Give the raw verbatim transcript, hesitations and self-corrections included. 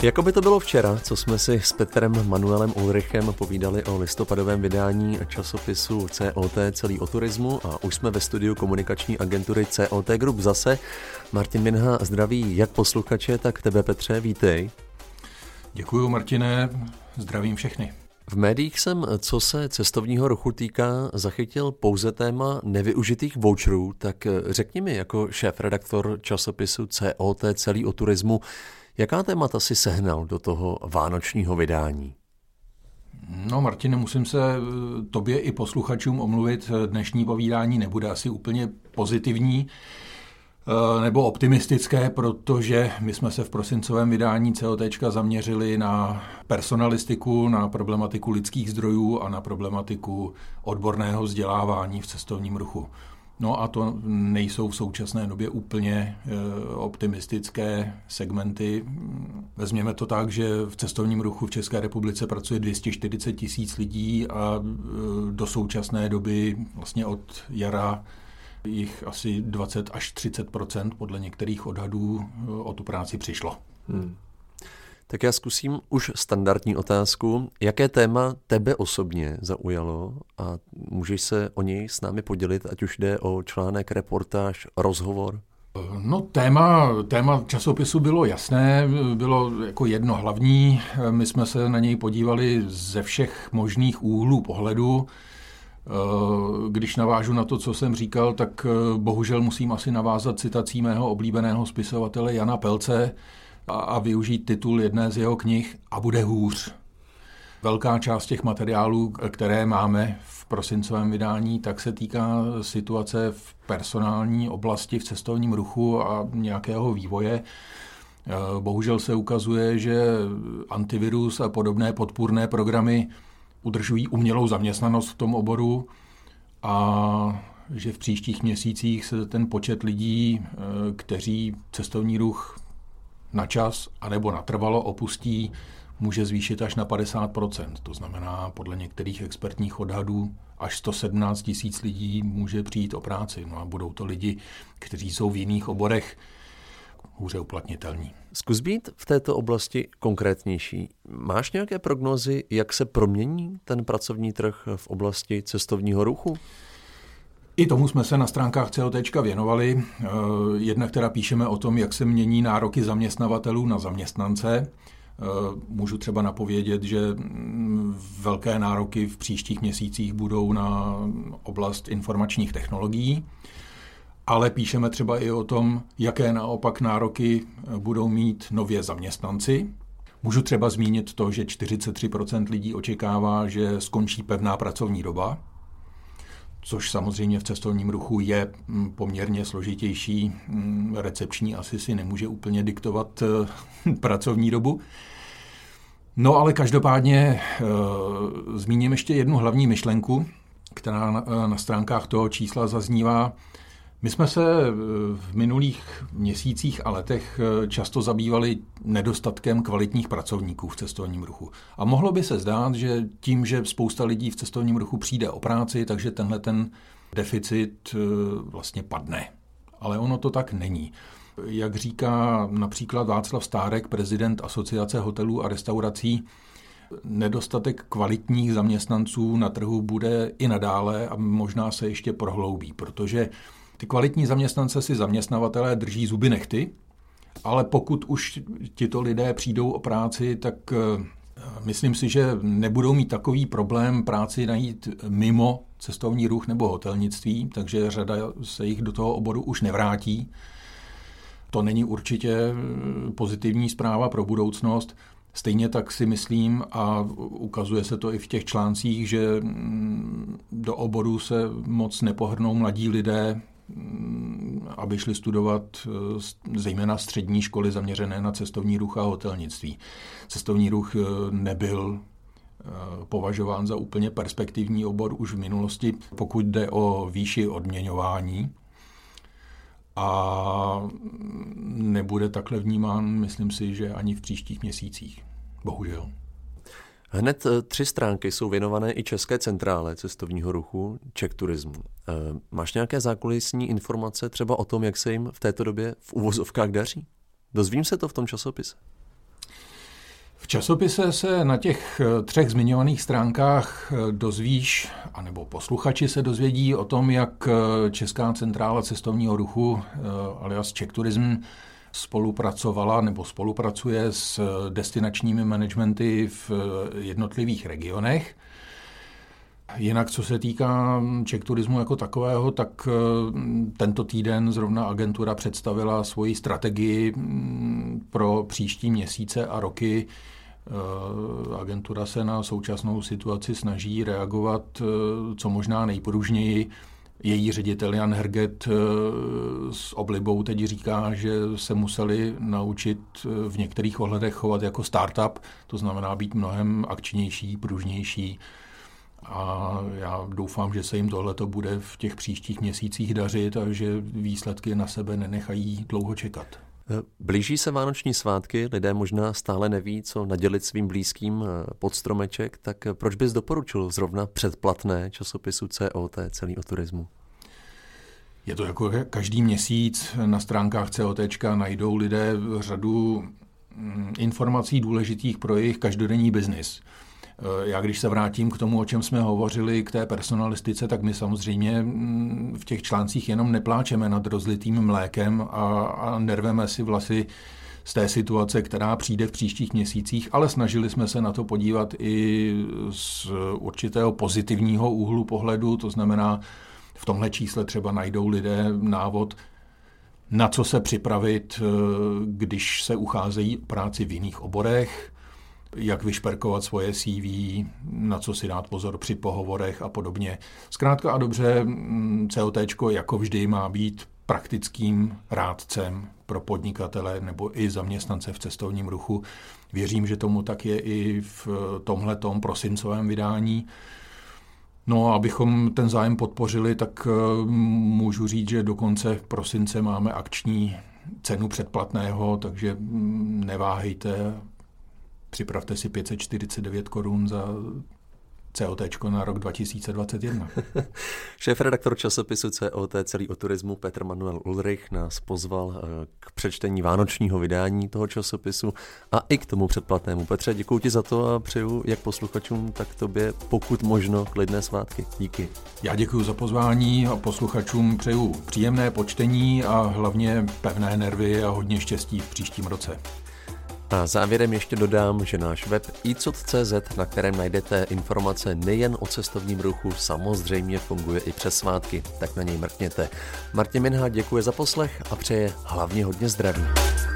Jako by to bylo včera, co jsme si s Petrem Manuelem Ulrichem povídali o listopadovém vydání časopisu C O T celý o turismu a už jsme ve studiu komunikační agentury C O T Group zase. Martin Minha zdraví jak posluchače, tak tebe, Petře, vítej. Děkuju, Martine, zdravím všechny. V médiích jsem, co se cestovního ruchu týká, zachytil pouze téma nevyužitých voucherů, tak řekni mi jako šéfredaktor časopisu C O T celý o turismu, jaká témata si sehnal do toho vánočního vydání? No, Martine, musím se tobě i posluchačům omluvit. Dnešní povídání nebude asi úplně pozitivní nebo optimistické, protože my jsme se v prosincovém vydání COTčka zaměřili na personalistiku, na problematiku lidských zdrojů a na problematiku odborného vzdělávání v cestovním ruchu. No a to nejsou v současné době úplně optimistické segmenty. Vezměme to tak, že v cestovním ruchu v České republice pracuje dvě stě čtyřicet tisíc lidí a do současné doby vlastně od jara jich asi dvacet až třicet procent podle některých odhadů o tu práci přišlo. Hmm. Tak já zkusím už standardní otázku. Jaké téma tebe osobně zaujalo a můžeš se o něj s námi podělit, ať už jde o článek, reportáž, rozhovor? No téma, téma časopisu bylo jasné, bylo jako jedno hlavní. My jsme se na něj podívali ze všech možných úhlů pohledu. Když navážu na to, co jsem říkal, tak bohužel musím asi navázat citací mého oblíbeného spisovatele Jana Pelce a, a využít titul jedné z jeho knih A bude hůř. Velká část těch materiálů, které máme v prosincovém vydání, tak se týká situace v personální oblasti v cestovním ruchu a nějakého vývoje. Bohužel se ukazuje, že antivirus a podobné podpůrné programy udržují umělou zaměstnanost v tom oboru a že v příštích měsících se ten počet lidí, kteří cestovní ruch na čas anebo natrvalo opustí, může zvýšit až na padesát procent. To znamená, podle některých expertních odhadů až sto sedmnáct tisíc lidí může přijít o práci. No a budou to lidi, kteří jsou v jiných oborech hůře uplatnitelní. Zkus být v této oblasti konkrétnější. Máš nějaké prognózy, jak se promění ten pracovní trh v oblasti cestovního ruchu? I tomu jsme se na stránkách COTčka věnovali. Jednak teda píšeme o tom, jak se mění nároky zaměstnavatelů na zaměstnance. Můžu třeba napovědět, že velké nároky v příštích měsících budou na oblast informačních technologií. Ale píšeme třeba i o tom, jaké naopak nároky budou mít nově zaměstnanci. Můžu třeba zmínit to, že čtyřicet tři procent lidí očekává, že skončí pevná pracovní doba, což samozřejmě v cestovním ruchu je poměrně složitější. Recepční asi si nemůže úplně diktovat pracovní dobu. No ale každopádně e, zmíním ještě jednu hlavní myšlenku, která na, na stránkách toho čísla zaznívá. My jsme se v minulých měsících a letech často zabývali nedostatkem kvalitních pracovníků v cestovním ruchu. A mohlo by se zdát, že tím, že spousta lidí v cestovním ruchu přijde o práci, takže tenhle ten deficit vlastně padne. Ale ono to tak není. Jak říká například Václav Stárek, prezident Asociace hotelů a restaurací, nedostatek kvalitních zaměstnanců na trhu bude i nadále a možná se ještě prohloubí, protože ty kvalitní zaměstnance si zaměstnavatelé drží zuby nehty, ale pokud už tito lidé přijdou o práci, tak myslím si, že nebudou mít takový problém práci najít mimo cestovní ruch nebo hotelnictví, takže řada se jich do toho oboru už nevrátí. To není určitě pozitivní zpráva pro budoucnost. Stejně tak si myslím, a ukazuje se to i v těch článcích, že do oboru se moc nepohrnou mladí lidé, aby šli studovat zejména střední školy zaměřené na cestovní ruch a hotelnictví. Cestovní ruch nebyl považován za úplně perspektivní obor už v minulosti, pokud jde o výši odměňování. A nebude takhle vnímán, myslím si, že ani v příštích měsících. Bohužel. Hned tři stránky jsou věnované i České centrále cestovního ruchu, Czech Tourismu. Máš nějaké zákulisní informace třeba o tom, jak se jim v této době v uvozovkách daří? Dozvím se to v tom časopise? V časopise se na těch třech zmiňovaných stránkách dozvíš, anebo posluchači se dozvědí o tom, jak Česká centrála cestovního ruchu alias Czech Tourism spolupracovala nebo spolupracuje s destinačními managementy v jednotlivých regionech. Jinak, co se týká Czech Tourismu jako takového, tak tento týden zrovna agentura představila svoji strategii pro příští měsíce a roky. Agentura se na současnou situaci snaží reagovat co možná nejpružněji. Její ředitel Jan Herget s oblibou teď říká, že se museli naučit v některých ohledech chovat jako startup, to znamená být mnohem akčnější, pružnější. A já doufám, že se jim tohleto bude v těch příštích měsících dařit a že výsledky na sebe nenechají dlouho čekat. Blíží se vánoční svátky, lidé možná stále neví, co nadělit svým blízkým pod stromeček, tak proč bys doporučil zrovna předplatné časopisu C O T celý o turismu? Je to jako každý měsíc na stránkách C O T najdou lidé řadu informací důležitých pro jejich každodenní biznis. Já když se vrátím k tomu, o čem jsme hovořili, k té personalistice, tak my samozřejmě v těch článcích jenom nepláčeme nad rozlitým mlékem a, a nerveme si vlasy z té situace, která přijde v příštích měsících, ale snažili jsme se na to podívat i z určitého pozitivního úhlu pohledu, to znamená, v tomhle čísle třeba najdou lidé návod, na co se připravit, když se ucházejí práci v jiných oborech, jak vyšperkovat svoje C V, na co si dát pozor při pohovorech a podobně. Zkrátka a dobře, COTčko jako vždy má být praktickým rádcem pro podnikatele nebo i zaměstnance v cestovním ruchu. Věřím, že tomu tak je i v tomhletom prosincovém vydání. No a abychom ten zájem podpořili, tak můžu říct, že do konce prosince máme akční cenu předplatného, takže neváhejte. Připravte si pět set čtyřicet devět korun za COTčko na rok dva tisíce dvacet jedna. Šéfredaktor časopisu C O T celý o turismu Petr Manuel Ulrich nás pozval k přečtení vánočního vydání toho časopisu a i k tomu předplatnému. Petře, děkuji ti za to a přeju jak posluchačům, tak tobě pokud možno klidné svátky. Díky. Já děkuji za pozvání a posluchačům přeju příjemné počtení a hlavně pevné nervy a hodně štěstí v příštím roce. A závěrem ještě dodám, že náš web i c o t tečka c z, na kterém najdete informace nejen o cestovním ruchu, samozřejmě funguje i přes svátky, tak na něj mrkněte. Martin Minhá děkuje za poslech a přeje hlavně hodně zdraví.